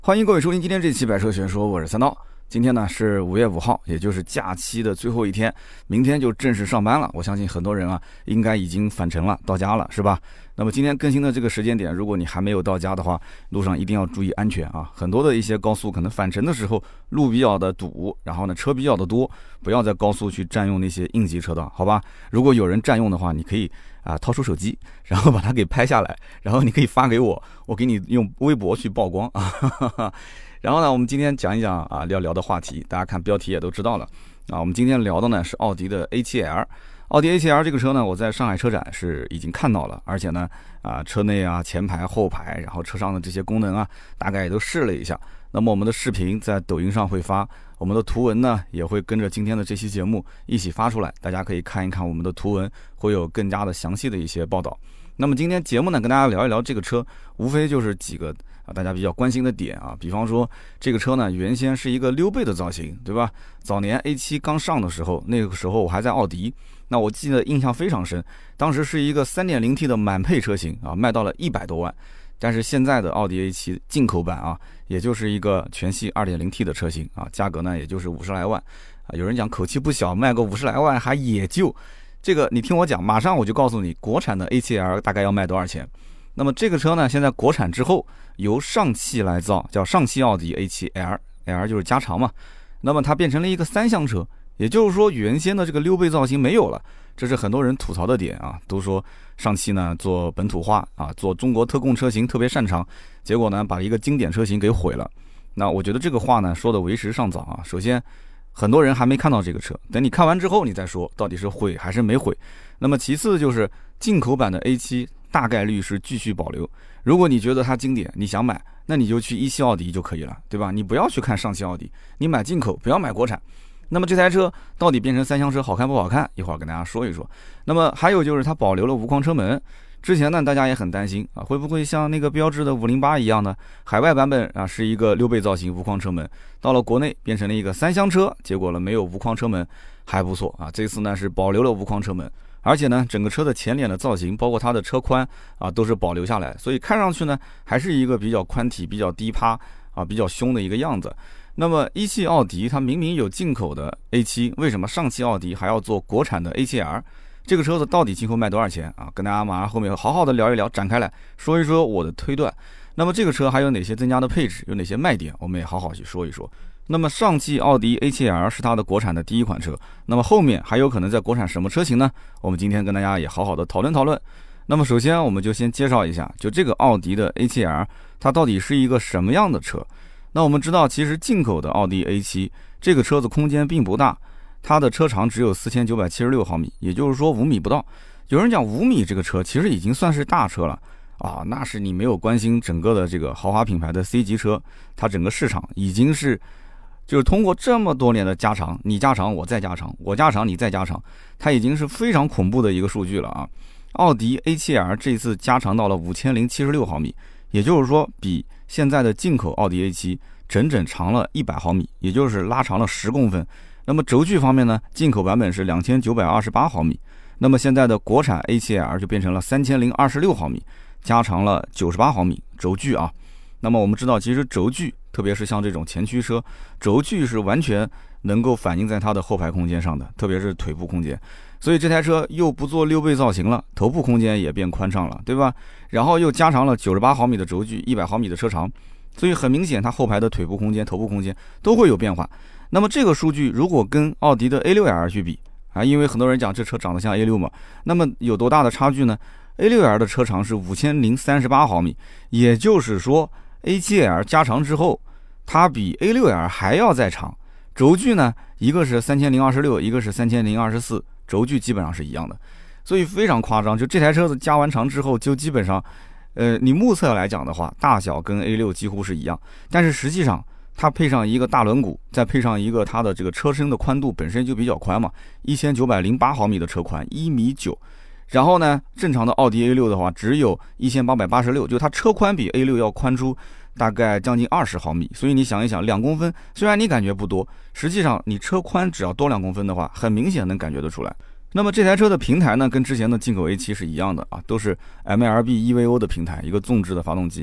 欢迎各位收听今天这期百车全说，我是三刀。今天呢是5月5号，也就是假期的最后一天，明天就正式上班了。我相信很多人啊，应该已经返程了，到家了，是吧？那么今天更新的这个时间点，如果你还没有到家的话，路上一定要注意安全啊！很多的一些高速可能返程的时候路比较的堵，然后呢车比较的多，不要在高速去占用那些应急车道，好吧？如果有人占用的话，你可以掏出手机，然后把它给拍下来，然后你可以发给我，我给你用微博去曝光啊。然后呢，我们今天讲一讲要聊的话题，大家看标题也都知道了啊。我们今天聊的呢是奥迪的 A7L。奥迪 A7L 这个车呢，我在上海车展是已经看到了，而且呢车内前排后排，然后车上的这些功能大概也都试了一下。那么我们的视频在抖音上会发，我们的图文呢也会跟着今天的这期节目一起发出来，大家可以看一看我们的图文，会有更加的详细的一些报道。那么今天节目呢，跟大家聊一聊这个车，无非就是几个大家比较关心的点比方说这个车呢原先是一个溜背的造型，对吧？早年 A7 刚上的时候，那个时候我还在奥迪，那我记得印象非常深，当时是一个 3.0T 的满配车型卖到了100多万。但是现在的奥迪 A7 进口版也就是一个全系 2.0T 的车型价格呢也就是50来万有人讲口气不小，卖个50来万还也就这个，你听我讲，马上我就告诉你国产的 A7L 大概要卖多少钱。那么这个车呢，现在国产之后由上汽来造，叫上汽奥迪 A7L，L 就是加长嘛。那么它变成了一个3厢车，也就是说原先的这个溜背造型没有了，这是很多人吐槽的点都说上汽呢做本土化做中国特供车型特别擅长，结果呢把一个经典车型给毁了。那我觉得这个话呢说的为时尚早首先很多人还没看到这个车，等你看完之后你再说到底是毁还是没毁。那么其次就是进口版的 A7 大概率是继续保留，如果你觉得它经典你想买，那你就去一汽奥迪就可以了，对吧？你不要去看上汽奥迪，你买进口不要买国产。那么这台车到底变成3厢车好看不好看，一会儿跟大家说一说。那么还有就是它保留了无框车门，之前呢大家也很担心会不会像那个标致的508一样呢？海外版本是一个溜背造型无框车门，到了国内变成了一个3厢车，结果呢没有无框车门，还不错这次呢是保留了无框车门，而且呢整个车的前脸的造型包括它的车宽都是保留下来，所以看上去呢还是一个比较宽体比较低趴比较凶的一个样子。那么一汽奥迪它明明有进口的 A7， 为什么上汽奥迪还要做国产的 A7L？ 这个车子到底今后卖多少钱跟大家马上后面好好的聊一聊，展开来说一说我的推断。那么这个车还有哪些增加的配置，有哪些卖点，我们也好好去说一说。那么上汽奥迪 A7L 是它的国产的第一款车，那么后面还有可能在国产什么车型呢？我们今天跟大家也好好的讨论讨论。那么首先我们就先介绍一下，就这个奥迪的 A7L 它到底是一个什么样的车。那我们知道其实进口的奥迪 A7 这个车子空间并不大，它的车长只有4976毫米，也就是说5米不到。有人讲5米这个车其实已经算是大车了那是你没有关心整个的这个豪华品牌的 C 级车，它整个市场已经是就是通过这么多年的加长，你加长我再加长，我加长你再加长，它已经是非常恐怖的一个数据了奥迪 A7L 这次加长到了5076毫米，也就是说比现在的进口奥迪 A7 整整长了100毫米，也就是拉长了10公分。那么轴距方面呢，进口版本是2928毫米，那么现在的国产 A7L 就变成了3026毫米，加长了98毫米轴距那么我们知道其实轴距特别是像这种前驱车，轴距是完全能够反映在它的后排空间上的，特别是腿部空间。所以这台车又不做溜背造型了，头部空间也变宽敞了，对吧？然后又加长了98毫米的轴距，100毫米的车长，所以很明显它后排的腿部空间头部空间都会有变化。那么这个数据如果跟奥迪的 A6L 去比因为很多人讲这车长得像 A6 嘛，那么有多大的差距呢？ A6L 的车长是5038毫米，也就是说 A7L 加长之后它比 A6L 还要再长，轴距呢一个是3026，一个是3024，轴距基本上是一样的，所以非常夸张。就这台车子加完长之后，就基本上，你目测来讲的话，大小跟 A6 几乎是一样，但是实际上它配上一个大轮毂，再配上一个它的这个车身的宽度本身就比较宽嘛，1908毫米的车宽，1.9米。然后呢，正常的奥迪 A6 的话只有1886，就它车宽比 A6 要宽出大概将近20毫米，所以你想一想，2公分虽然你感觉不多，实际上你车宽只要多2公分的话，很明显能感觉得出来。那么这台车的平台呢，跟之前的进口 A7 是一样的都是 MLB EVO 的平台，一个纵置的发动机。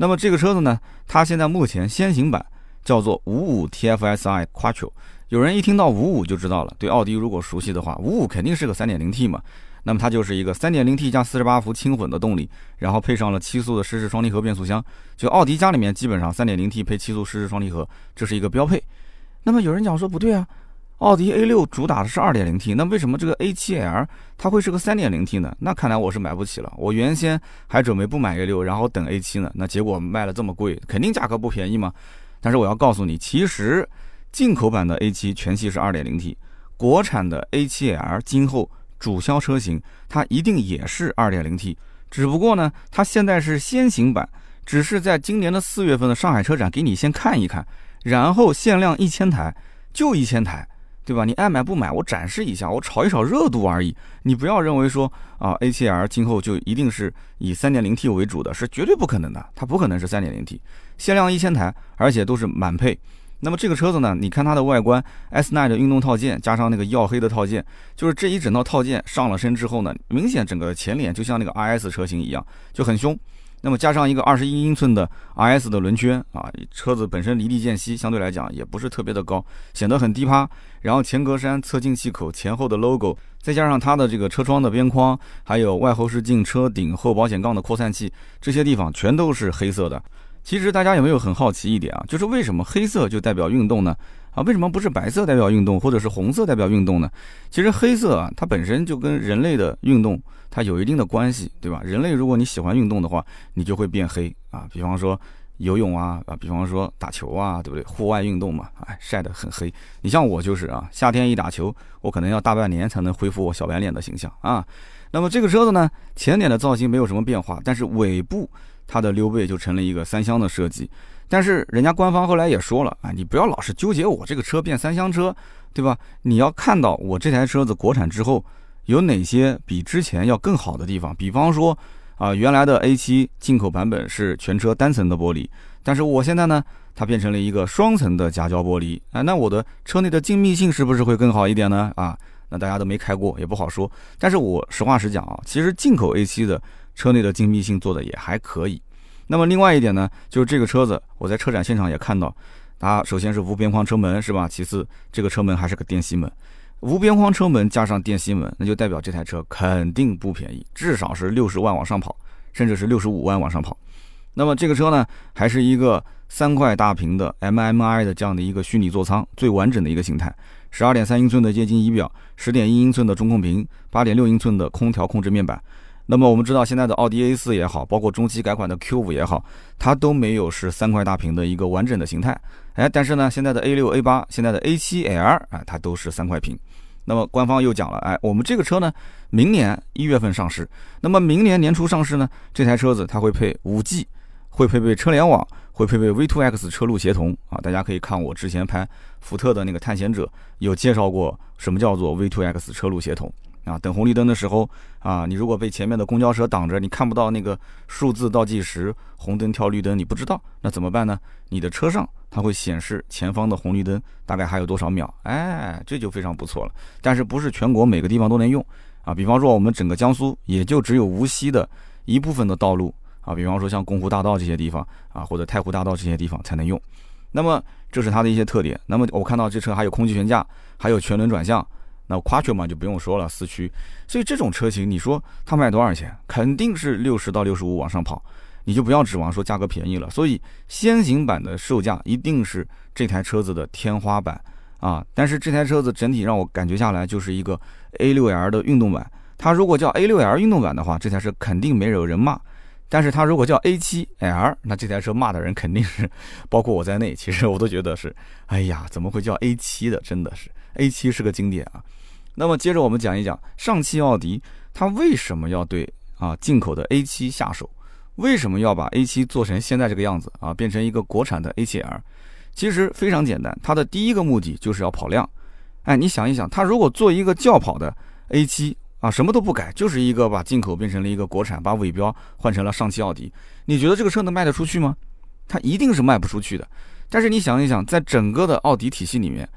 那么这个车子呢，它现在目前先行版叫做55 TFSI Quattro。有人一听到55就知道了，对奥迪如果熟悉的话，55肯定是个 3.0T 嘛。那么它就是一个 3.0T 加48伏轻混的动力，然后配上了7速的湿式双离合变速箱。就奥迪家里面基本上 3.0T 配7速湿式双离合，这是一个标配。那么有人讲说不对啊，奥迪 A6 主打的是 2.0T， 那为什么这个 A7L 它会是个 3.0T 呢？那看来我是买不起了。我原先还准备不买 A6 然后等 A7 呢，那结果卖了这么贵，肯定价格不便宜嘛。但是我要告诉你，其实进口版的 A7 全系是 2.0T， 国产的 A7L 今后主销车型它一定也是 2.0T， 只不过呢它现在是先行版，只是在今年的4月份的上海车展给你先看一看，然后限量1000台，就1000台，对吧？你爱买不买，我展示一下，我炒一炒热度而已。你不要认为说啊 A7L 今后就一定是以 3.0T 为主的，是绝对不可能的，它不可能是 3.0T， 限量1000台，而且都是满配。那么这个车子呢，你看它的外观 S9 的运动套件加上那个曜黑的套件，就是这一整套套件上了身之后呢，明显整个前脸就像那个 RS 车型一样，就很凶。那么加上一个21英寸的 RS 的轮圈啊，车子本身离地间隙相对来讲也不是特别的高，显得很低趴。然后前格栅、侧进气口、前后的 logo， 再加上它的这个车窗的边框，还有外后视镜、车顶、后保险杠的扩散器，这些地方全都是黑色的。其实大家有没有很好奇一点啊？就是为什么黑色就代表运动呢？啊，为什么不是白色代表运动，或者是红色代表运动呢？其实黑色啊，它本身就跟人类的运动它有一定的关系，对吧？人类如果你喜欢运动的话，你就会变黑啊。比方说游泳啊，比方说打球啊，对不对？户外运动嘛，哎，晒得很黑。你像我就是啊，夏天一打球，我可能要大半年才能恢复我小白脸的形象啊。那么这个车子呢，前脸的造型没有什么变化，但是尾部它的溜背就成了一个3厢的设计。但是人家官方后来也说了啊，你不要老是纠结我这个车变3厢车，对吧？你要看到我这台车子国产之后有哪些比之前要更好的地方。比方说啊，原来的 A7 进口版本是全车单层的玻璃，但是我现在呢，它变成了一个双层的夹胶玻璃啊，那我的车内的静谧性是不是会更好一点呢？啊，那大家都没开过也不好说。但是我实话实讲啊，其实进口 A7 的车内的静谧性做的也还可以。那么另外一点呢，就是这个车子我在车展现场也看到，它首先是无边框车门，是吧？其次这个车门还是个电吸门，无边框车门加上电吸门，那就代表这台车肯定不便宜，至少是60万往上跑，甚至是65万往上跑。那么这个车呢，还是一个3块大屏的 MMI 的这样的一个虚拟座舱，最完整的一个形态。12.3英寸的液晶仪表， 10.1英寸的中控屏， 8.6英寸的空调控制面板。那么我们知道现在的奥迪 A4 也好，包括中期改款的 Q5 也好，它都没有是3块大屏的一个完整的形态。但是呢，现在的 A6、A8， 现在的 A7L， 它都是3块屏。那么官方又讲了，我们这个车呢，明年1月份上市。那么明年年初上市呢，这台车子它会配 5G， 会配备车联网，会配备 V2X 车路协同啊。大家可以看我之前拍福特的那个探险者，有介绍过什么叫做 V2X 车路协同。啊，等红绿灯的时候啊，你如果被前面的公交车挡着，你看不到那个数字倒计时，红灯跳绿灯，你不知道，那怎么办呢？你的车上它会显示前方的红绿灯大概还有多少秒，这就非常不错了。但是不是全国每个地方都能用啊？比方说我们整个江苏也就只有无锡的一部分的道路啊，比方说像宫湖大道这些地方啊，或者太湖大道这些地方才能用。那么这是它的一些特点。那么我看到这车还有空气悬架，还有全轮转向。那Quattro嘛就不用说了，4驱，所以这种车型你说它卖多少钱？肯定是60到65往上跑，你就不要指望说价格便宜了。所以先行版的售价一定是这台车子的天花板啊！但是这台车子整体让我感觉下来就是一个 A6L 的运动版。它如果叫 A6L 运动版的话，这台车肯定没有人骂。但是它如果叫 A7L， 那这台车骂的人肯定是，包括我在内，其实我都觉得是，哎呀，怎么会叫 A7 的？真的是 A7 是个经典啊。那么接着我们讲一讲上汽奥迪它为什么要对进口的 A7 下手，为什么要把 A7 做成现在这个样子啊，变成一个国产的 A7L。 其实非常简单，它的第一个目的就是要跑量。你想一想，它如果做一个轿跑的 A7什么都不改，就是一个把进口变成了一个国产，把尾标换成了上汽奥迪，你觉得这个车能卖得出去吗？它一定是卖不出去的。但是你想一想，在整个的奥迪体系里面，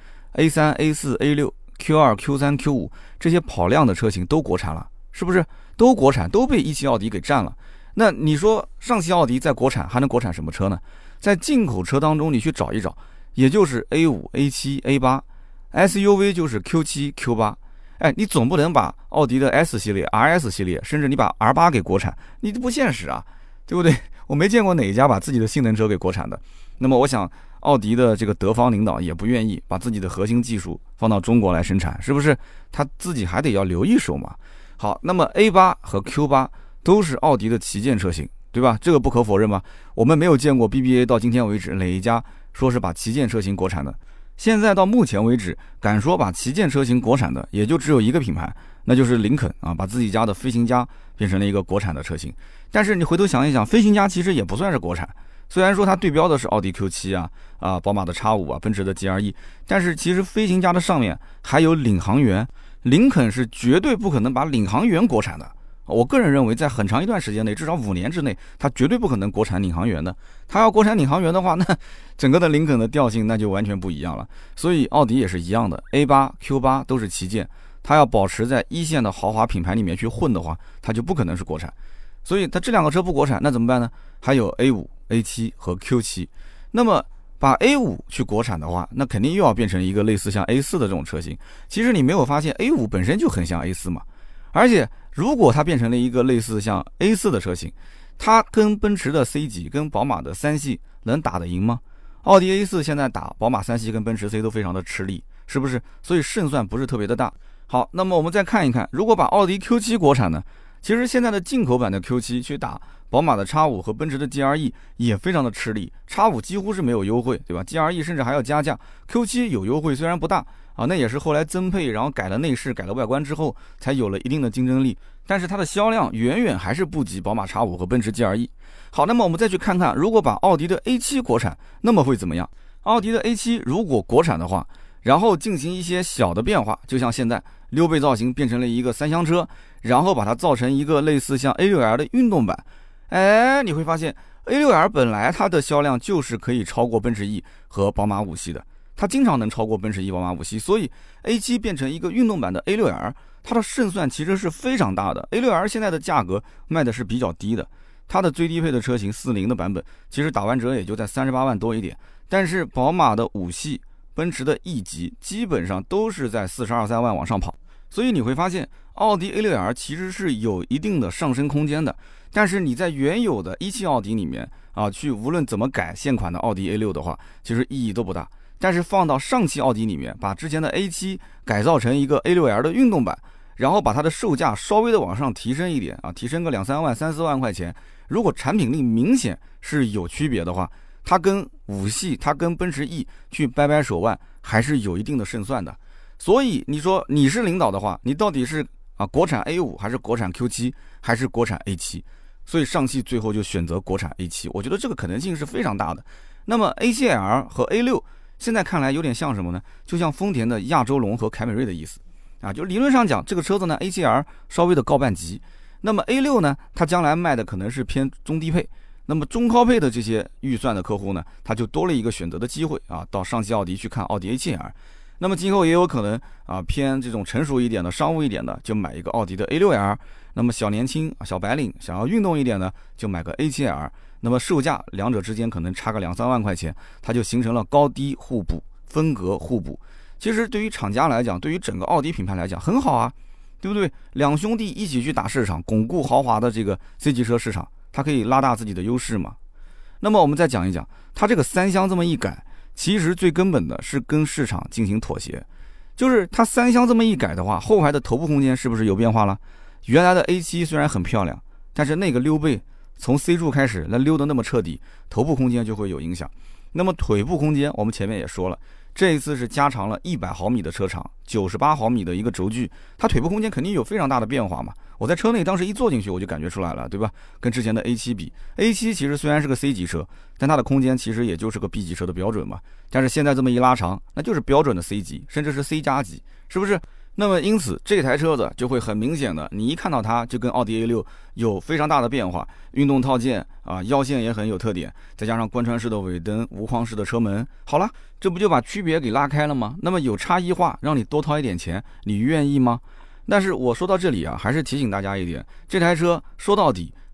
A3、A4、A6、Q2、Q3、Q5 这些跑量的车型都国产了，是不是？都国产，都被一汽奥迪给占了。 那你说上汽奥迪在国产还能国产什么车呢？在进口车当中你去找一找，也就是 A5、A7、A8，SUV 就是 Q7、Q8。哎，你总不能把奥迪的 S 系列、RS 系列，甚至你把 R8 给国产，你这不现实啊，对不对？我没见过哪一家把自己的性能车给国产的。那么我想，奥迪的这个德方领导也不愿意把自己的核心技术放到中国来生产，是不是？他自己还得要留一手嘛。好，那么 A8 和 Q8 都是奥迪的旗舰车型，对吧？这个不可否认嘛。我们没有见过 BBA 到今天为止哪一家说是把旗舰车型国产的。现在到目前为止，敢说把旗舰车型国产的也就只有一个品牌，那就是林肯啊，把自己家的飞行家变成了一个国产的车型。但是你回头想一想，飞行家其实也不算是国产，虽然说它对标的是奥迪 Q7 啊、宝马的 X5 啊、奔驰的 GLE， 但是其实飞行家的上面还有领航员，林肯是绝对不可能把领航员国产的。我个人认为，在很长一段时间内，至少5年之内，它绝对不可能国产领航员的。它要国产领航员的话，那整个的林肯的调性那就完全不一样了。所以奥迪也是一样的 ，A8、Q8 都是旗舰，它要保持在一线的豪华品牌里面去混的话，它就不可能是国产。所以它这两个车不国产，那怎么办呢？还有 A5、A7 和 Q7。那么把 A5 去国产的话，那肯定又要变成一个类似像 A4 的这种车型。其实你没有发现 A5 本身就很像 A4 嘛？而且如果它变成了一个类似像 A4 的车型，它跟奔驰的 C 级跟宝马的3系能打得赢吗？奥迪 A4 现在打宝马3系跟奔驰 C 都非常的吃力，是不是？所以胜算不是特别的大。好，那么我们再看一看，如果把奥迪 Q7 国产呢，其实现在的进口版的 Q7 去打宝马的 X5 和奔驰的 GLE 也非常的吃力， X5 几乎是没有优惠，对吧？ GLE 甚至还要加价， Q7 有优惠，虽然不大啊，那也是后来增配，然后改了内饰，改了外观之后才有了一定的竞争力，但是它的销量远远还是不及宝马 X5 和奔驰 GLE。 好，那么我们再去看看，如果把奥迪的 A7 国产，那么会怎么样？奥迪的 A7 如果国产的话，然后进行一些小的变化，就像现在溜背造型变成了一个3厢车，然后把它造成一个类似像 A6L 的运动版，哎，你会发现 A6L 本来它的销量就是可以超过奔驰 E 和宝马5系的，它经常能超过奔驰 E、宝马5系，所以 A7 变成一个运动版的 A6L， 它的胜算其实是非常大的。 A6L 现在的价格卖的是比较低的，它的最低配的车型40的版本其实打完折也就在38万多一点，但是宝马的5系、奔驰的 E 级基本上都是在42、3万往上跑，所以你会发现奥迪 A6L 其实是有一定的上升空间的。但是你在原有的1汽奥迪里面啊，去无论怎么改现款的奥迪 A6 的话，其实意义都不大。但是放到上汽奥迪里面，把之前的 A7 改造成一个 A6L 的运动版，然后把它的售价稍微的往上提升一点啊，提升个2、3万、3、4万块钱，如果产品力明显是有区别的话，它跟5系、它跟奔驰 E 去掰掰手腕，还是有一定的胜算的。所以你说你是领导的话，你到底是国产 A5 还是国产 Q7 还是国产 A7？ 所以上汽最后就选择国产 A7， 我觉得这个可能性是非常大的。那么 A7L 和 A6 现在看来有点像什么呢？就像丰田的亚洲龙和凯美瑞的意思啊，就理论上讲，这个车子呢 A7L 稍微的高半级，那么 A6 呢，它将来卖的可能是偏中低配，那么中高配的这些预算的客户呢，他就多了一个选择的机会啊，到上汽奥迪去看奥迪 A7L。那么今后也有可能偏这种成熟一点的、商务一点的，就买一个奥迪的 A6L。那么小年轻、小白领想要运动一点的，就买个 A7L。那么售价两者之间可能差个2、3万块钱，它就形成了高低互补、风格互补。其实对于厂家来讲，对于整个奥迪品牌来讲很好啊，对不对？两兄弟一起去打市场，巩固豪华的这个 C 级车市场，它可以拉大自己的优势嘛。那么我们再讲一讲，它这个3厢这么一改，其实最根本的是跟市场进行妥协，就是它3厢这么一改的话，后排的头部空间是不是有变化了？原来的 A7 虽然很漂亮，但是那个溜背从 C 柱开始，那溜得那么彻底，头部空间就会有影响。那么腿部空间，我们前面也说了，这一次是加长了100毫米的车长，98毫米的一个轴距，它腿部空间肯定有非常大的变化嘛。我在车内当时一坐进去，我就感觉出来了，对吧？跟之前的 A7 比 ，A7 其实虽然是个 C 级车，但它的空间其实也就是个 B 级车的标准嘛。但是现在这么一拉长，那就是标准的 C 级，甚至是 C 加级，是不是？那么因此这台车子就会很明显的，你一看到它就跟奥迪 A6 有非常大的变化，运动套件腰线也很有特点，再加上贯穿式的尾灯、无框式的车门，好了，这不就把区别给拉开了吗？那么有差异化，让你多掏一点钱，你愿意吗？但是我说到这里还是提醒大家一点，这台车说到底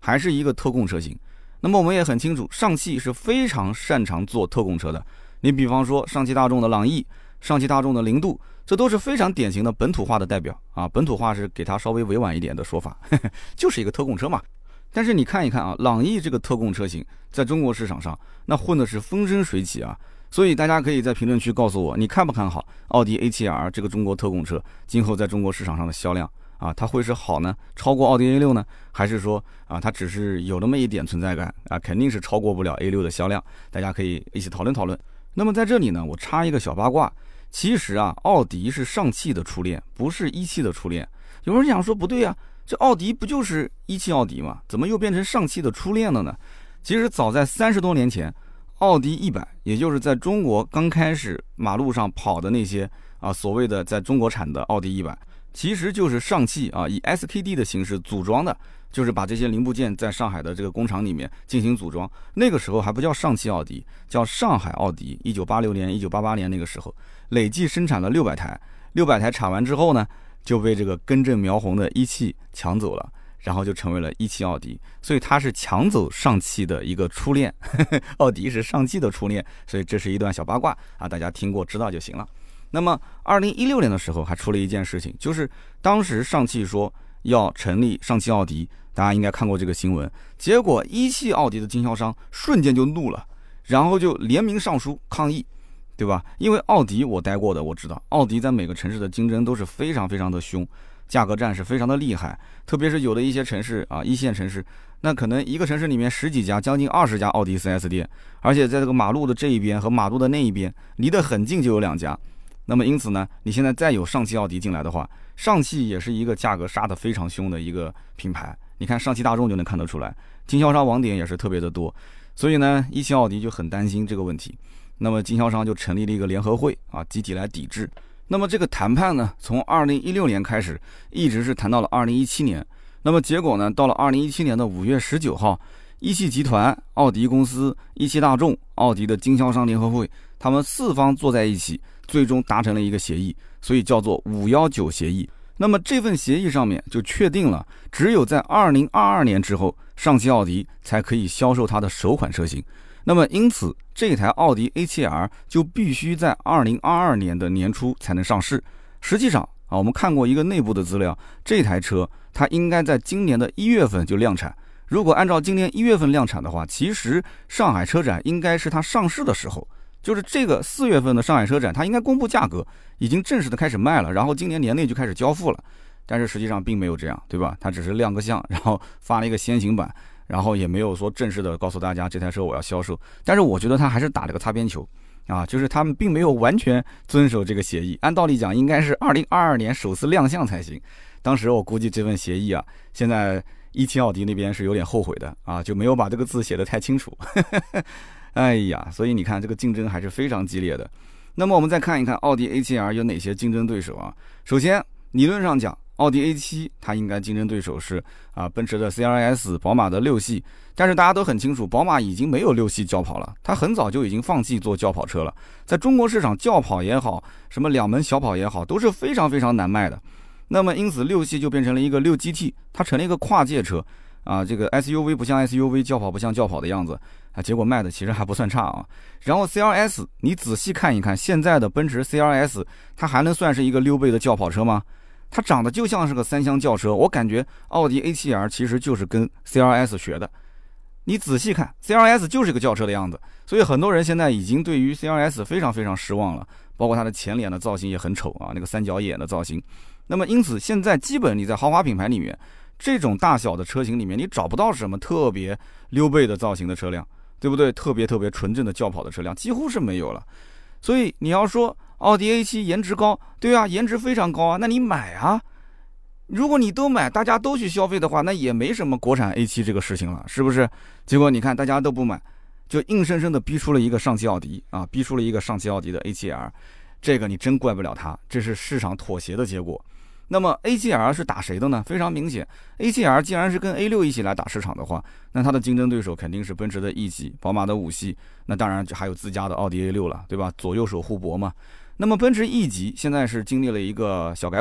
还是一个特供车型。那么我们也很清楚，上汽是非常擅长做特供车的。你比方说上汽大众的朗逸、上汽大众的凌渡，这都是非常典型的本土化的代表啊。本土化是给它稍微委婉一点的说法，就是一个特供车嘛。但是你看一看啊，朗逸这个特供车型在中国市场上那混的是风生水起啊。所以大家可以在评论区告诉我，你看不看好奥迪 A7R 这个中国特供车今后在中国市场上的销量啊？它会是好呢，超过奥迪 A6 呢，还是说啊它只是有那么一点存在感啊？肯定是超过不了 A6 的销量。大家可以一起讨论讨论。那么在这里呢，我插一个小八卦，其实啊，奥迪是上汽的初恋，不是一汽的初恋。有人想说不对啊，这奥迪不就是一汽奥迪吗？怎么又变成上汽的初恋了呢？其实早在30多年前，奥迪100，也就是在中国刚开始马路上跑的那些啊，所谓的在中国产的奥迪100，其实就是上汽啊以 SKD 的形式组装的，就是把这些零部件在上海的这个工厂里面进行组装。那个时候还不叫上汽奥迪，叫上海奥迪。1986年、1988年那个时候，累计生产了600台，600台产完之后呢，就被这个根正苗红的一汽抢走了。然后就成为了一汽奥迪，所以它是抢走上汽的一个初恋，奥迪是上汽的初恋，所以这是一段小八卦啊，大家听过知道就行了。那么2016年的时候还出了一件事情，就是当时上汽说要成立上汽奥迪，大家应该看过这个新闻，结果一汽奥迪的经销商瞬间就怒了，然后就联名上书抗议，对吧？因为奥迪我待过的，我知道奥迪在每个城市的竞争都是非常非常的凶，价格战是非常的厉害，特别是有的一些城市啊，一线城市，那可能一个城市里面10几家，将近20家奥迪 4S 店，而且在这个马路的这一边和马路的那一边离得很近就有2家。那么因此呢，你现在再有上汽奥迪进来的话，上汽也是一个价格杀得非常凶的一个品牌。你看上汽大众就能看得出来，经销商网点也是特别的多，所以呢，一汽奥迪就很担心这个问题。那么经销商就成立了一个联合会啊，集体来抵制。那么这个谈判呢，从2016年开始，一直是谈到了2017年。那么结果呢，到了2017年的5月19号，一汽集团、奥迪公司、一汽大众、奥迪的经销商联合会，他们4方坐在一起，最终达成了一个协议，所以叫做519协议。那么这份协议上面就确定了，只有在2022年之后，上汽奥迪才可以销售它的首款车型。那么因此这台奥迪 A7R 就必须在2022年的年初才能上市。实际上啊，我们看过一个内部的资料，这台车它应该在今年的1月份就量产。如果按照今年1月份量产的话，其实上海车展应该是它上市的时候，就是这个4月份的上海车展，它应该公布价格，已经正式的开始卖了，然后今年年内就开始交付了。但是实际上并没有这样，对吧？它只是亮个相，然后发了一个先行版，然后也没有说正式的告诉大家这台车我要销售。但是我觉得他还是打了个擦边球啊，就是他们并没有完全遵守这个协议。按道理讲应该是2022年首次亮相才行。当时我估计这份协议啊，现在一汽奥迪那边是有点后悔的啊，就没有把这个字写得太清楚。哎呀，所以你看这个竞争还是非常激烈的。那么我们再看一看奥迪 A7R 有哪些竞争对手啊？首先理论上讲，奥迪 A7 它应该竞争对手是奔驰的 CLS、宝马的6系，但是大家都很清楚，宝马已经没有6系轿跑了，它很早就已经放弃做轿跑车了。在中国市场，轿跑也好，什么2门小跑也好，都是非常非常难卖的。那么因此6系就变成了一个6GT， 它成了一个跨界车啊，这个 SUV 不像 SUV， 轿跑不像轿跑的样子啊，结果卖的其实还不算差啊。然后 CLS 你仔细看一看，现在的奔驰 CLS 它还能算是一个溜背的轿跑车吗？它长得就像是个3厢轿车，我感觉奥迪 A7R 其实就是跟 CLS 学的。你仔细看 CLS 就是一个轿车的样子，所以很多人现在已经对于 CLS 非常非常失望了，包括它的前脸的造型也很丑啊，那个三角眼的造型。那么因此现在基本你在豪华品牌里面，这种大小的车型里面你找不到什么特别溜背的造型的车辆，对不对？特别纯正的轿跑的车辆几乎是没有了。所以你要说奥迪 A7 颜值高，对啊，颜值非常高啊，那你买啊。如果你都买，大家都去消费的话，那也没什么国产 A7 这个事情了，是不是？结果你看大家都不买，就硬生生的逼出了一个上汽奥迪啊，逼出了一个上汽奥迪的 A7R， 这个你真怪不了它，这是市场妥协的结果。那么 A7R 是打谁的呢？非常明显 ，A7R 既然是跟 A6 一起来打市场的话，那它的竞争对手肯定是奔驰的 E 系、宝马的5系，那当然还有自家的奥迪 A6 了，对吧？左右手互搏嘛。那么奔驰 E 级现在是经历了一个小改款，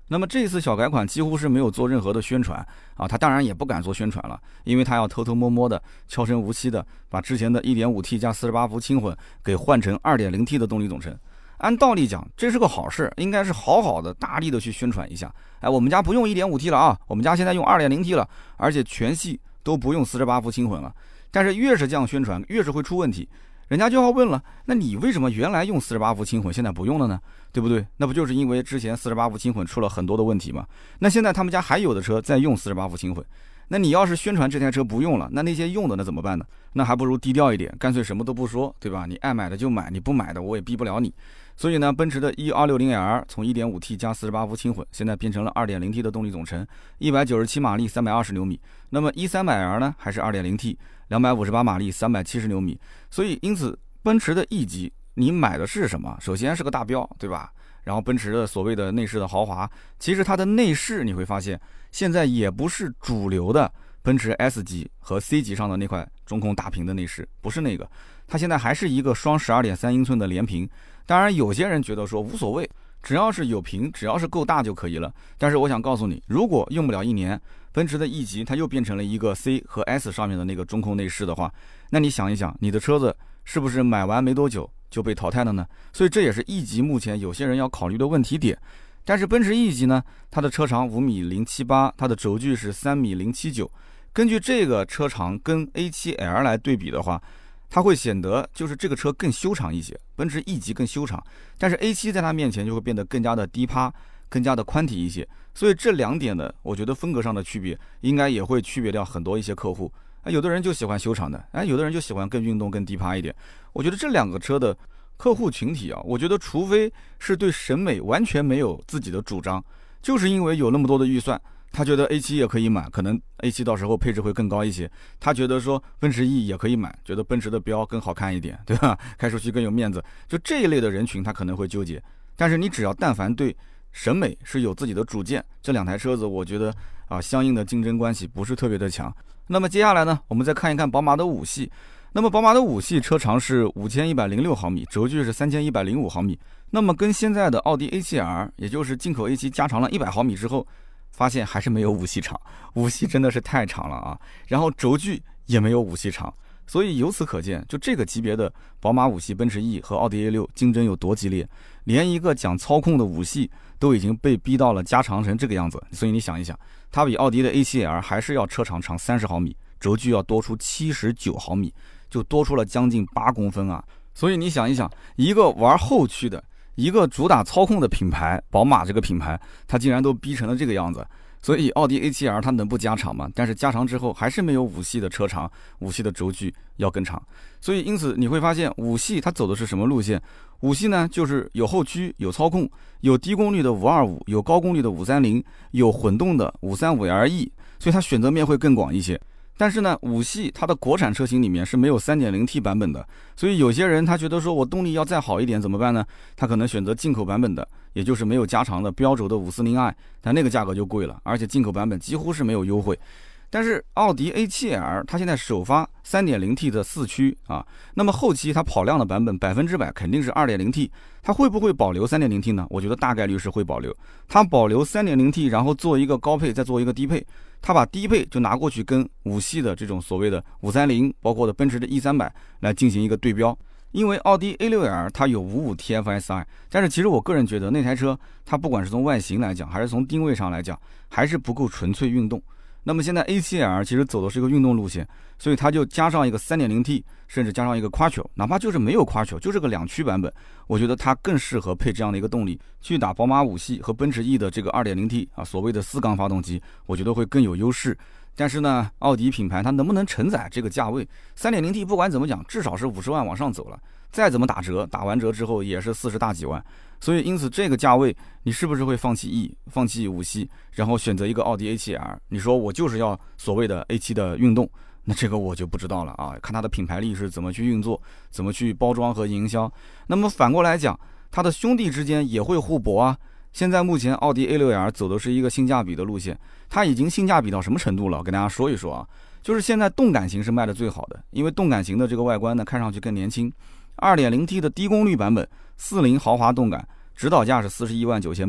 那么这次小改款几乎是没有做任何的宣传啊，它当然也不敢做宣传了，因为它要偷偷摸摸的、悄声无息的把之前的 1.5T 加48伏轻混给换成 2.0T 的动力总成。按道理讲，这是个好事，应该是好好的、大力的去宣传一下。哎，我们家不用 1.5T 了啊，我们家现在用 2.0T 了，而且全系都不用48伏轻混了。但是越是这样宣传，越是会出问题。人家就要问了，那你为什么原来用48伏轻混，现在不用了呢？对不对？那不就是因为之前48伏轻混出了很多的问题吗？那现在他们家还有的车在用48伏轻混，那你要是宣传这台车不用了，那些用的那怎么办呢？那还不如低调一点，干脆什么都不说，对吧？你爱买的就买，你不买的我也逼不了你。所以呢，奔驰的 E260L 从 1.5T 加48伏轻混，现在变成了 2.0T 的动力总成，197马力，320牛米。那么 E300L 呢，还是 2.0T，258马力，370牛米。所以因此奔驰的 E 级你买的是什么？首先是个大标，对吧？然后奔驰的所谓的内饰的豪华，其实它的内饰你会发现现在也不是主流的奔驰 S 级和 C 级上的那块中控大屏的内饰，不是那个，它现在还是一个双12.3英寸的连屏。当然有些人觉得说无所谓，只要是有屏，只要是够大就可以了。但是我想告诉你，如果用不了1年，奔驰的 E 级它又变成了一个 C 和 S 上面的那个中控内饰的话，那你想一想，你的车子是不是买完没多久就被淘汰了呢？所以这也是 E 级目前有些人要考虑的问题点。但是奔驰 E 级呢，它的车长5.078米，它的轴距是3.079米。根据这个车长跟 A7L 来对比的话，它会显得就是这个车更修长一些，奔驰 E 级更修长，但是 A7 在它面前就会变得更加的低趴，更加的宽体一些。所以这两点的，我觉得风格上的区别，应该也会区别掉很多一些客户。有的人就喜欢修长的，有的人就喜欢更运动、更低趴一点。我觉得这两个车的客户群体啊，我觉得除非是对审美完全没有自己的主张，就是因为有那么多的预算，他觉得 A7 也可以买，可能 A7 到时候配置会更高一些。他觉得说奔驰 E 也可以买，觉得奔驰的标更好看一点，对吧？开出去更有面子。就这一类的人群，他可能会纠结。但是你只要但凡对审美是有自己的主见，这两台车子我觉得相应的竞争关系不是特别的强。那么接下来呢，我们再看一看宝马的5系。那么宝马的5系车长是5106毫米，轴距是3105毫米。那么跟现在的奥迪 A7L， 也就是进口 A7 加长了100毫米之后，发现还是没有5系长，5系真的是太长了啊！然后轴距也没有5系长，所以由此可见，就这个级别的宝马5系、奔驰 E 和奥迪 A6 竞争有多激烈，连一个讲操控的5系都已经被逼到了加长成这个样子。所以你想一想，它比奥迪的 A7L 还是要车长长30毫米，轴距要多出79毫米，就多出了将近8公分啊！所以你想一想，一个玩后驱的，一个主打操控的品牌，宝马这个品牌，它竟然都逼成了这个样子。所以奥迪 A7L 它能不加长吗？但是加长之后还是没有5系的车长，5系的轴距要更长。所以因此你会发现5系它走的是什么路线？5系呢，就是有后驱、有操控、有低功率的525、有高功率的530、有混动的535LE，所以它选择面会更广一些。但是呢，5系它的国产车型里面是没有 3.0T 版本的，所以有些人他觉得说我动力要再好一点怎么办呢？他可能选择进口版本的，也就是没有加长的标轴的 540i， 但那个价格就贵了，而且进口版本几乎是没有优惠。但是奥迪 A7L 它现在首发 3.0T 的4驱啊，那么后期它跑量的版本100%肯定是 2.0T， 它会不会保留 3.0T 呢？我觉得大概率是会保留。它保留 3.0T， 然后做一个高配，再做一个低配，它把低配就拿过去跟5系的这种所谓的530，包括的奔驰的 E300来进行一个对标。因为奥迪 A6L 它有55 TFSI， 但是其实我个人觉得那台车它不管是从外形来讲，还是从定位上来讲，还是不够纯粹运动。那么现在 A7L 其实走的是一个运动路线，所以它就加上一个 3.0T， 甚至加上一个 Quattro， 哪怕就是没有 Quattro， 就是个2驱版本，我觉得它更适合配这样的一个动力去打宝马5系和奔驰 E 的这个 2.0T 所谓的4缸发动机，我觉得会更有优势。但是呢，奥迪品牌它能不能承载这个价位？ 3.0T 不管怎么讲，至少是50万往上走了，再怎么打折，打完折之后也是40大几万。所以因此这个价位你是不是会放弃 E， 放弃5系，然后选择一个奥迪 A7L？ 你说我就是要所谓的 A7 的运动，那这个我就不知道了啊，看它的品牌力是怎么去运作，怎么去包装和营销。那么反过来讲，它的兄弟之间也会互搏啊。现在目前奥迪 A6L 走的是一个性价比的路线，它已经性价比到什么程度了？我跟大家说一说啊，就是现在动感型是卖的最好的，因为动感型的这个外观呢看上去更年轻。2.0T 的低功率版本40豪华动感，指导价是41万9800，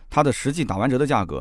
它的实际打完折的价格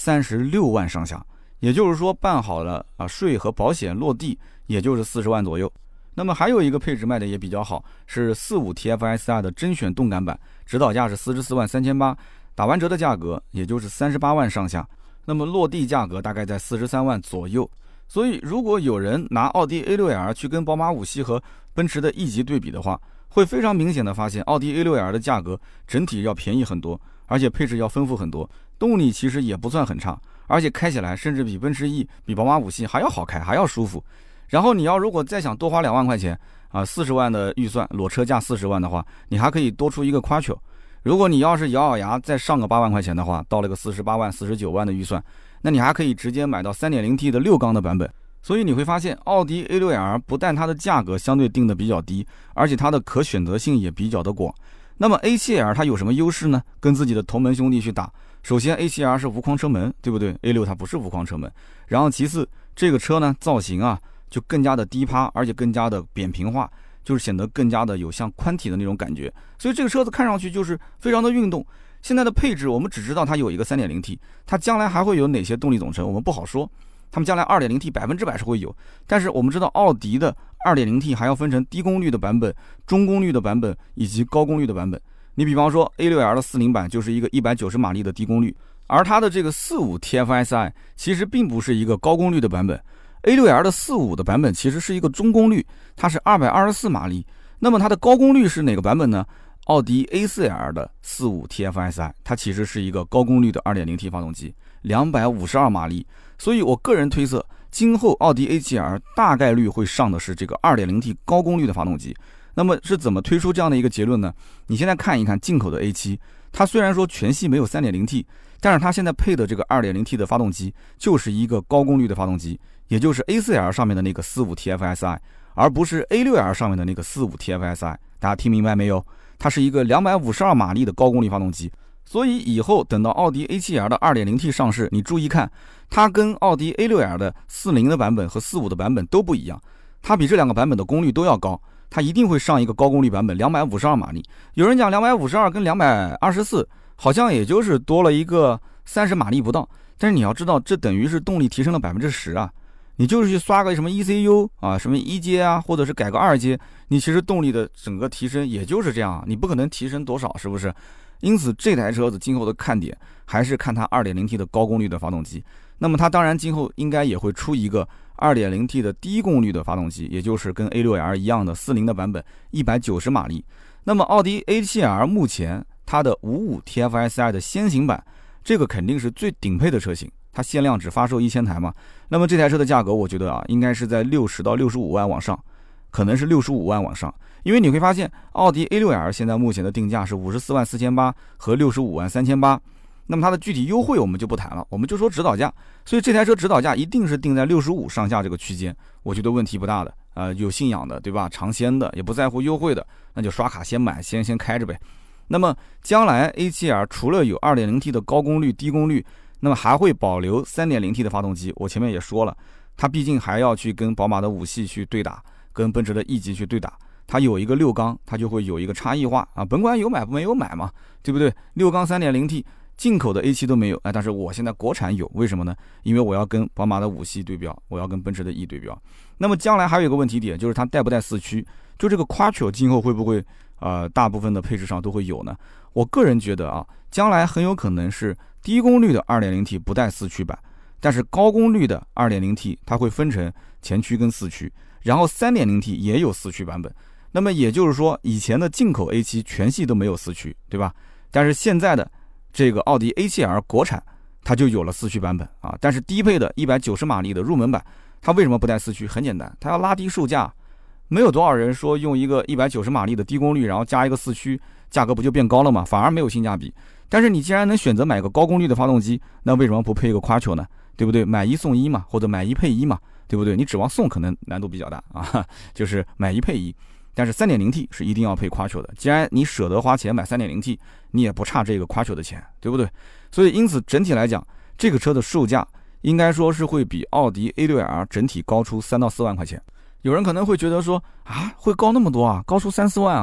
36万上下，也就是说办好了税和保险落地也就是40万左右。那么还有一个配置卖的也比较好，是45 TFSI 的甄选动感版，指导价是44万3800，打完折的价格也就是38万上下，那么落地价格大概在43万左右。所以如果有人拿奥迪 A6L 去跟宝马5系和奔驰的 E 级对比的话，会非常明显的发现奥迪 A6L 的价格整体要便宜很多，而且配置要丰富很多，动力其实也不算很差，而且开起来甚至比奔驰 E 比宝马5系还要好开，还要舒服。然后你要如果再想多花2万块钱40万的预算，裸车价40万的话，你还可以多出一个 Quattro。如果你要是咬牙再上个8万块钱的话，到了个48万49万的预算，那你还可以直接买到 3.0T 的6缸的版本。所以你会发现奥迪 A6L 不但它的价格相对定的比较低，而且它的可选择性也比较的广。那么 A7L 它有什么优势呢？跟自己的同门兄弟去打，首先 A7L 是无框车门，对不对？ A6 它不是无框车门。然后其次这个车呢造型就更加的低趴，而且更加的扁平化，就是显得更加的有像宽体的那种感觉，所以这个车子看上去就是非常的运动。现在的配置我们只知道它有一个 3.0T， 它将来还会有哪些动力总成我们不好说，他们将来 2.0T 100%是会有，但是我们知道奥迪的 2.0T 还要分成低功率的版本、中功率的版本以及高功率的版本。你比方说 A6L 的40版就是一个190马力的低功率，而它的这个45 TFSI 其实并不是一个高功率的版本， A6L 的45的版本其实是一个中功率，它是224马力。那么它的高功率是哪个版本呢？奥迪 A4L 的45 TFSI 它其实是一个高功率的 2.0T 发动机，252马力。所以我个人推测今后奥迪 A7L 大概率会上的是这个 2.0T 高功率的发动机。那么是怎么推出这样的一个结论呢？你现在看一看进口的 A7， 它虽然说全系没有 3.0T， 但是它现在配的这个 2.0T 的发动机就是一个高功率的发动机，也就是 A4L 上面的那个45 TFSI， 而不是 A6L 上面的那个45 TFSI。 大家听明白没有？它是一个252马力的高功率发动机。所以以后等到奥迪 A7L 的 2.0T 上市，你注意看，它跟奥迪 A6L 的40的版本和45的版本都不一样，它比这两个版本的功率都要高，它一定会上一个高功率版本252马力。有人讲252跟224好像也就是多了一个30马力不到，但是你要知道这等于是动力提升了 10% 啊。你就是去刷个什么 ECU 什么1阶或者是改个2阶，你其实动力的整个提升也就是这样，你不可能提升多少，是不是？因此这台车子今后的看点还是看它 2.0T 的高功率的发动机。那么它当然今后应该也会出一个 2.0T 的低功率的发动机，也就是跟 A6L 一样的40的版本190马力。那么奥迪 A7L 目前它的55 TFSI 的先行版，这个肯定是最顶配的车型，它限量只发售1000台嘛。那么这台车的价格我觉得应该是在60到65万往上，可能是65万往上。因为你会发现奥迪 A6L 现在目前的定价是54万4800和65万3800，那么它的具体优惠我们就不谈了，我们就说指导价。所以这台车指导价一定是定在65上下这个区间，我觉得问题不大的。有信仰的对吧，尝鲜的也不在乎优惠的，那就刷卡先买，先开着呗。那么将来 A7L 除了有 2.0T 的高功率低功率，那么还会保留 3.0T 的发动机。我前面也说了，它毕竟还要去跟宝马的5系去对打，跟奔驰的 E 级去对打，它有一个6缸，它就会有一个差异化甭管有买没有买嘛，对不对？6缸 3.0T 进口的 A7 都没有，但是我现在国产有，为什么呢？因为我要跟宝马的5系对标，我要跟奔驰的 E 对标。那么将来还有一个问题点，就是它带不带四驱，就这个 Quattro 今后会不会大部分的配置上都会有呢？我个人觉得将来很有可能是低功率的 2.0T 不带四驱版，但是高功率的 2.0T 它会分成前驱跟四驱，然后 3.0T 也有四驱版本。那么也就是说以前的进口 A7 全系都没有四驱，对吧？但是现在的这个奥迪 A7L 国产它就有了四驱版本但是低配的190马力的入门版它为什么不带四驱？很简单，它要拉低售价。没有多少人说用一个190马力的低功率然后加一个四驱，价格不就变高了吗？反而没有性价比。但是你既然能选择买个高功率的发动机，那为什么不配一个 Quattro 呢？对不对？买一送一嘛，或者买一配一嘛，对不对？你指望送可能难度比较大就是买一配一。但是 3.0T 是一定要配 Quattro 的，既然你舍得花钱买 3.0T， 你也不差这个 Quattro 的钱，对不对？所以因此整体来讲，这个车的售价应该说是会比奥迪 A6L 整体高出3到4万块钱。有人可能会觉得说会高那么多高出3-4万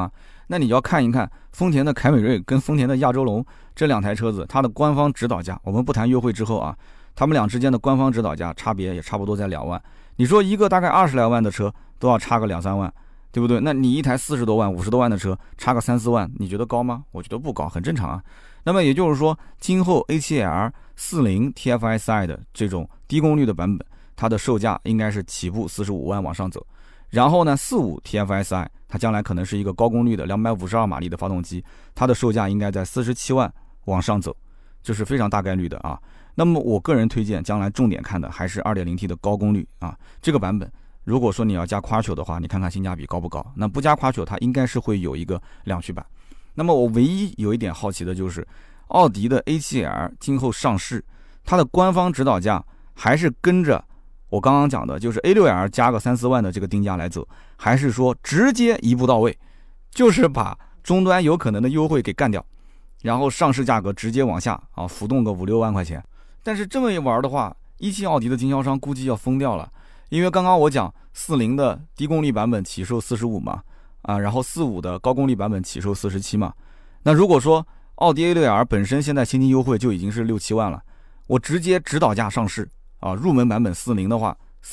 那你要看一看丰田的凯美瑞跟丰田的亚洲龙这两台车子，它的官方指导价，我们不谈优惠之后啊，他们俩之间的官方指导价差别也差不多在2万。你说一个大概20来万的车都要差个2、3万，对不对？那你一台40多万、50多万的车差个3、4万，你觉得高吗？我觉得不高，很正常啊。那么也就是说，今后 A7L 40 TFSI 的这种低功率的版本，它的售价应该是起步45万往上走。然后呢，45 TFSI 它将来可能是一个高功率的252马力的发动机，它的售价应该在47万往上走，这是非常大概率的啊。那么我个人推荐将来重点看的还是 2.0T 的高功率啊，这个版本如果说你要加 Quattro 的话，你看看性价比高不高？那不加 Quattro 它应该是会有一个两驱版。那么我唯一有一点好奇的就是奥迪的 A7L 今后上市，它的官方指导价还是跟着我刚刚讲的，就是 A6L 加个3、4万的这个定价来走，还是说直接一步到位，就是把终端有可能的优惠给干掉，然后上市价格直接往下啊浮动个5、6万块钱。但是这么一玩的话，17奥迪的经销商估计要疯掉了，因为刚刚我讲40的低功率版本起售45嘛，然后45的高功率版本起售47嘛。那如果说奥迪 A6L 本身现在现金优惠就已经是6、7万了，我直接指导价上市啊，入门版本40的话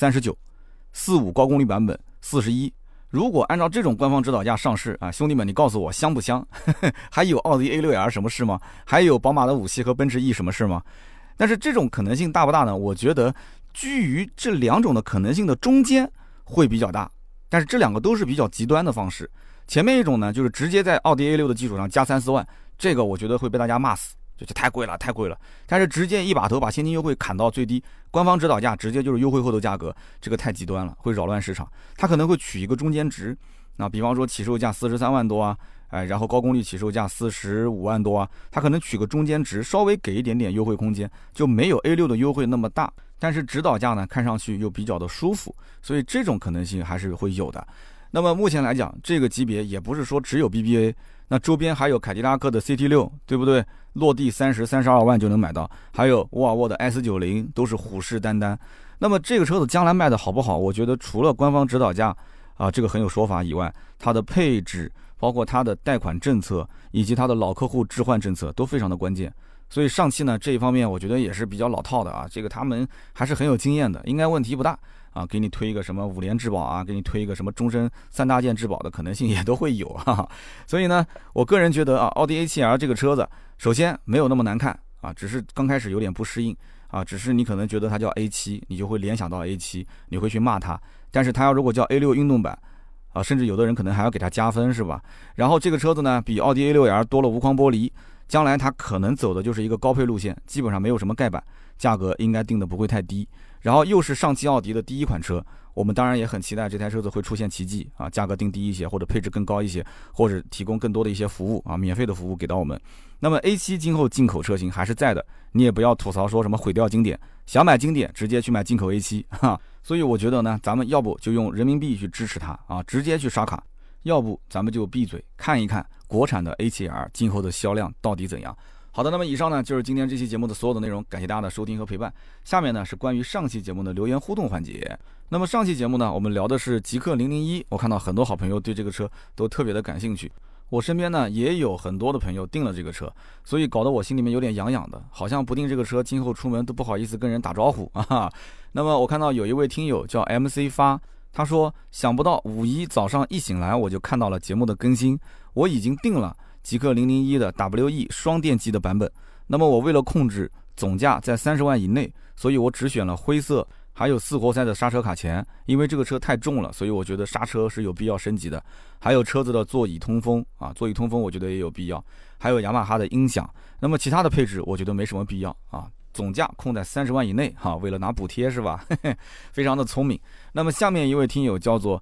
39，45高功率版本41。如果按照这种官方指导价上市啊，兄弟们，你告诉我香不香？还有奥迪 A6L 什么事吗？还有宝马的5系和奔驰 E 什么事吗？但是这种可能性大不大呢？我觉得居于这两种的可能性的中间会比较大，但是这两个都是比较极端的方式。前面一种呢，就是直接在奥迪 A6 的基础上加3、4万，这个我觉得会被大家骂死，就太贵了，太贵了。但是直接一把头把现金优惠砍到最低，官方指导价直接就是优惠后的价格，这个太极端了，会扰乱市场。它可能会取一个中间值，那比方说起售价43万多啊，然后高功率起售价45万多啊，它可能取个中间值，稍微给一点点优惠空间，就没有 A6 的优惠那么大，但是指导价呢看上去又比较的舒服，所以这种可能性还是会有的。那么目前来讲，这个级别也不是说只有 BBA， 那周边还有凯迪拉克的 CT6， 对不对？落地32万就能买到，还有沃尔沃的 S90 都是虎视眈眈。那么这个车子将来卖的好不好，我觉得除了官方指导价这个很有说法以外，它的配置包括它的贷款政策以及它的老客户置换政策都非常的关键。所以上汽呢这一方面我觉得也是比较老套的啊，这个他们还是很有经验的，应该问题不大啊，给你推一个什么5联质保啊，给你推一个什么终身3大件质保的可能性也都会有啊。所以呢，我个人觉得啊，奥迪 A7L 这个车子首先没有那么难看啊，只是刚开始有点不适应啊，只是你可能觉得它叫 A7， 你就会联想到 A7， 你会去骂它。但是它要如果叫 A6 运动版啊，甚至有的人可能还要给它加分，是吧？然后这个车子呢，比奥迪 A6L 多了无框玻璃，将来它可能走的就是一个高配路线，基本上没有什么盖板，价格应该定的不会太低。然后又是上汽奥迪的第一款车，我们当然也很期待这台车子会出现奇迹啊，价格定低一些，或者配置更高一些，或者提供更多的一些服务啊，免费的服务给到我们。那么 A7 今后进口车型还是在的，你也不要吐槽说什么毁掉经典，想买经典直接去买进口 A7 哈。所以我觉得呢，咱们要不就用人民币去支持它啊，直接去刷卡，要不咱们就闭嘴看一看国产的 A7L 今后的销量到底怎样。好的，那么以上呢就是今天这期节目的所有的内容，感谢大家的收听和陪伴。下面呢是关于上期节目的留言互动环节。那么上期节目呢，我们聊的是极氪001，我看到很多好朋友对这个车都特别的感兴趣。我身边呢也有很多的朋友订了这个车，所以搞得我心里面有点痒痒的，好像不订这个车，今后出门都不好意思跟人打招呼啊。那么我看到有一位听友叫 MC 发，他说想不到5·1早上一醒来我就看到了节目的更新，我已经订了极氪001的 WE 双电机的版本。那么我为了控制总价在30万以内，所以我只选了灰色还有4活塞的刹车卡钳，因为这个车太重了，所以我觉得刹车是有必要升级的。还有车子的座椅通风啊，座椅通风我觉得也有必要，还有雅马哈的音响。那么其他的配置我觉得没什么必要啊，总价控在30万以内哈，为了拿补贴是吧？非常的聪明。那么下面一位听友叫做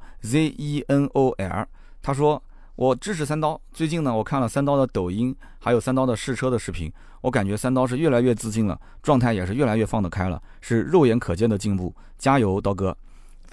ZENOL， 他说我支持三刀，最近呢我看了三刀的抖音，还有三刀的试车的视频，我感觉三刀是越来越自信了，状态也是越来越放得开了，是肉眼可见的进步，加油刀哥。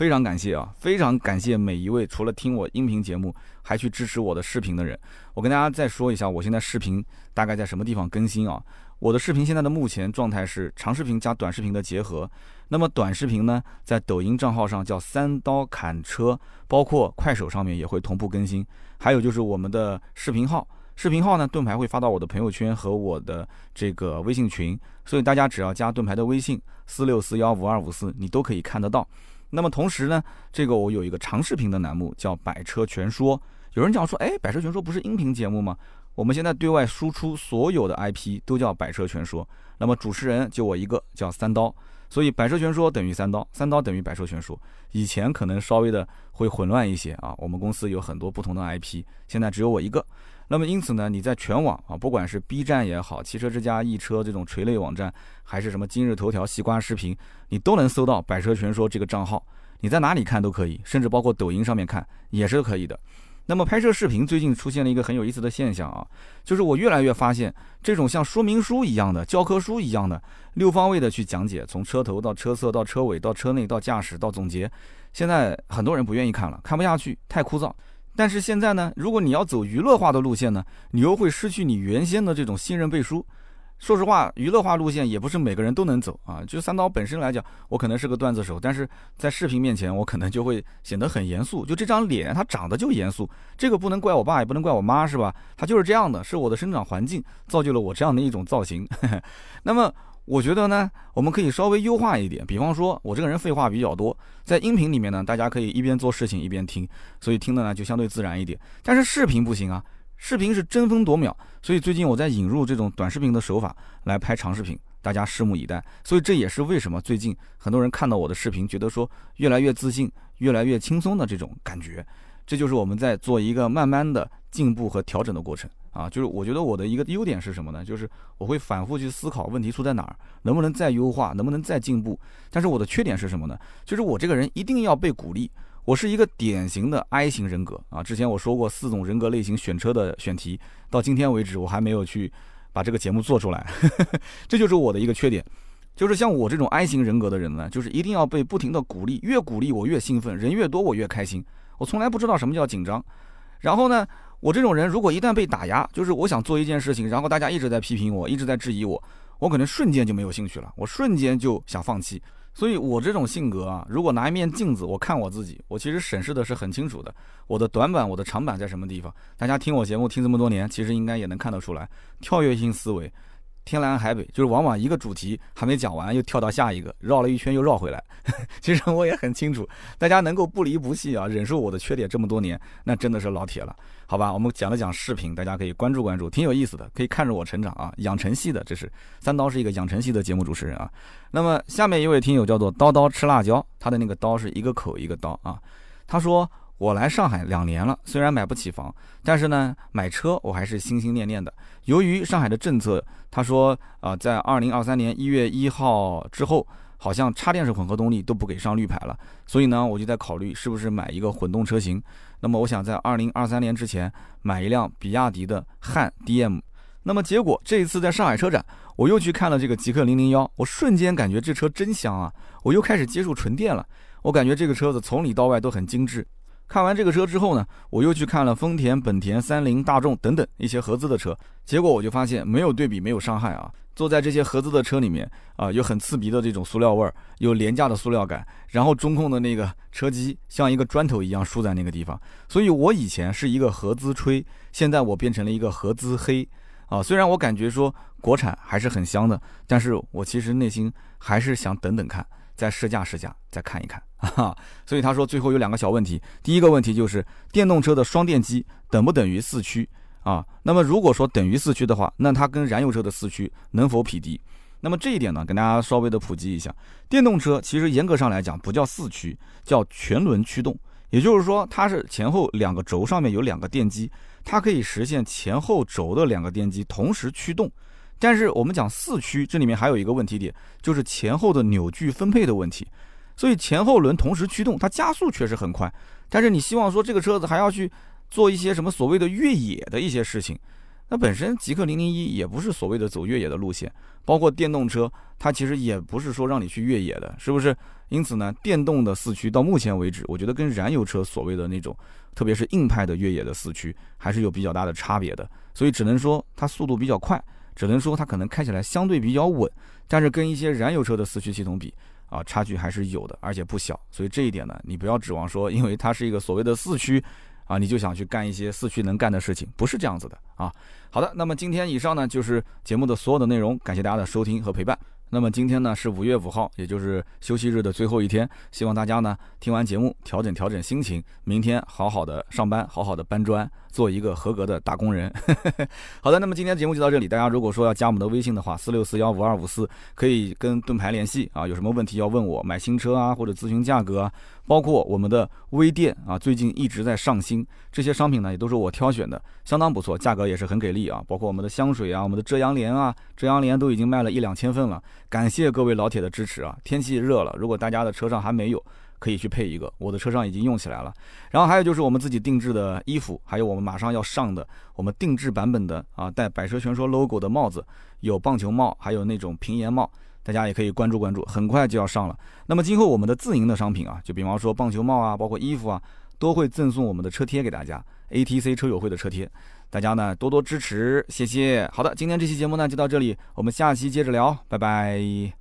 非常感谢啊，非常感谢每一位除了听我音频节目还去支持我的视频的人。我跟大家再说一下，我现在视频大概在什么地方更新啊？我的视频现在的目前状态是长视频加短视频的结合。那么短视频呢，在抖音账号上叫三刀砍车，包括快手上面也会同步更新。还有就是我们的视频号呢，盾牌会发到我的朋友圈和我的这个微信群，所以大家只要加盾牌的微信46415254，你都可以看得到。那么同时呢，这个我有一个长视频的栏目叫百车全说。有人讲说，百车全说不是音频节目吗？我们现在对外输出所有的 IP 都叫百车全说，那么主持人就我一个，叫三刀，所以百车全说等于三刀，三刀等于百车全说。以前可能稍微的会混乱一些啊，我们公司有很多不同的 IP， 现在只有我一个。那么因此呢，你在全网啊，不管是 B 站也好，汽车之家、易车这种垂类网站，还是什么今日头条、西瓜视频，你都能搜到百车全说这个账号。你在哪里看都可以，甚至包括抖音上面看也是可以的。那么拍摄视频最近出现了一个很有意思的现象啊，就是我越来越发现这种像说明书一样的、教科书一样的6方位的去讲解，从车头到车侧到车尾到车内到驾驶到总结，现在很多人不愿意看了，看不下去，太枯燥。但是现在呢，如果你要走娱乐化的路线呢，你又会失去你原先的这种信任背书。说实话，娱乐化路线也不是每个人都能走啊。就三刀本身来讲，我可能是个段子手，但是在视频面前，我可能就会显得很严肃。就这张脸，它长得就严肃，这个不能怪我爸，也不能怪我妈，是吧？它就是这样的，是我的生长环境造就了我这样的一种造型。那么我觉得呢，我们可以稍微优化一点，比方说我这个人废话比较多，在音频里面呢，大家可以一边做事情一边听，所以听的呢就相对自然一点。但是视频不行啊。视频是争分夺秒，所以最近我在引入这种短视频的手法来拍长视频，大家拭目以待。所以这也是为什么最近很多人看到我的视频，觉得说越来越自信、越来越轻松的这种感觉。这就是我们在做一个慢慢的进步和调整的过程啊。就是我觉得我的一个优点是什么呢？就是我会反复去思考问题出在哪儿，能不能再优化，能不能再进步。但是我的缺点是什么呢？就是我这个人一定要被鼓励。我是一个典型的 I 型人格啊，之前我说过4种人格类型选车的选题，到今天为止我还没有去把这个节目做出来，这就是我的一个缺点。就是像我这种 I 型人格的人呢，就是一定要被不停的鼓励，越鼓励我越兴奋，人越多我越开心，我从来不知道什么叫紧张。然后呢，我这种人如果一旦被打压，就是我想做一件事情，然后大家一直在批评我，一直在质疑我，我可能瞬间就没有兴趣了，我瞬间就想放弃。所以我这种性格啊，如果拿一面镜子我看我自己，我其实审视的是很清楚的，我的短板我的长板在什么地方。大家听我节目听这么多年，其实应该也能看得出来，跳跃性思维，天南海北，就是往往一个主题还没讲完又跳到下一个，绕了一圈又绕回来。其实我也很清楚，大家能够不离不弃啊，忍受我的缺点这么多年，那真的是老铁了。好吧，我们讲了讲视频，大家可以关注关注，挺有意思的，可以看着我成长啊。养成系的，这是三刀是一个养成系的节目主持人啊。那么下面一位听友叫做刀刀吃辣椒，他的那个刀是一个口一个刀啊。他说我来上海2年了，虽然买不起房，但是呢买车我还是心心念念的。由于上海的政策，他说在2023年1月1号之后，好像插电式混合动力都不给上绿牌了，所以呢我就在考虑是不是买一个混动车型。那么我想在2023年之前买一辆比亚迪的汉 DM。 那么结果这一次在上海车展，我又去看了这个极氪001，我瞬间感觉这车真香啊，我又开始接触纯电了。我感觉这个车子从里到外都很精致。看完这个车之后呢，我又去看了丰田、本田、三菱、大众等等一些合资的车，结果我就发现没有对比没有伤害啊。坐在这些合资的车里面啊，有很刺鼻的这种塑料味儿，有廉价的塑料感，然后中控的那个车机像一个砖头一样竖在那个地方。所以我以前是一个合资吹，现在我变成了一个合资黑啊。虽然我感觉说国产还是很香的，但是我其实内心还是想等等看，再试驾试驾，再看一看啊。所以他说最后有2个小问题，第一个问题就是电动车的双电机等不等于4驱啊？那么如果说等于4驱的话，那它跟燃油车的4驱能否匹敌？那么这一点呢，跟大家稍微的普及一下，电动车其实严格上来讲不叫4驱，叫全轮驱动。也就是说它是前后2个轴上面有2个电机，它可以实现前后轴的2个电机同时驱动。但是我们讲4驱，这里面还有一个问题点，就是前后的扭矩分配的问题。所以前后轮同时驱动，它加速确实很快，但是你希望说这个车子还要去做一些什么所谓的越野的一些事情， 那本身极氪001也不是所谓的走越野的路线，包括电动车，它其实也不是说让你去越野的，是不是？因此呢，电动的四驱到目前为止，我觉得跟燃油车所谓的那种，特别是硬派的越野的四驱，还是有比较大的差别的。所以只能说它速度比较快，只能说它可能开起来相对比较稳，但是跟一些燃油车的四驱系统比啊，差距还是有的，而且不小。所以这一点呢，你不要指望说，因为它是一个所谓的四驱啊，你就想去干一些四驱能干的事情，不是这样子的啊。好的，那么今天以上呢就是节目的所有的内容，感谢大家的收听和陪伴。那么今天呢是5月5号，也就是休息日的最后一天，希望大家呢听完节目调整心情，明天好好的上班，好好的搬砖，做一个合格的打工人。好的，那么今天节目就到这里，大家如果说要加我们的微信的话，46415254，可以跟盾牌联系啊，有什么问题要问我，买新车啊或者咨询价格啊，包括我们的微店啊，最近一直在上新，这些商品呢也都是我挑选的，相当不错，价格也是很给力啊，包括我们的香水啊，我们的遮阳帘啊，遮阳帘都已经卖了1-2千份了，感谢各位老铁的支持啊！天气热了，如果大家的车上还没有，可以去配一个，我的车上已经用起来了。然后还有就是我们自己定制的衣服，还有我们马上要上的我们定制版本的啊带百车全说 logo 的帽子，有棒球帽，还有那种平檐帽，大家也可以关注，很快就要上了。那么今后我们的自营的商品啊，就比方说棒球帽啊，包括衣服啊，都会赠送我们的车贴给大家 ，ATC 车友会的车贴，大家呢多多支持，谢谢。好的，今天这期节目呢就到这里，我们下期接着聊，拜拜。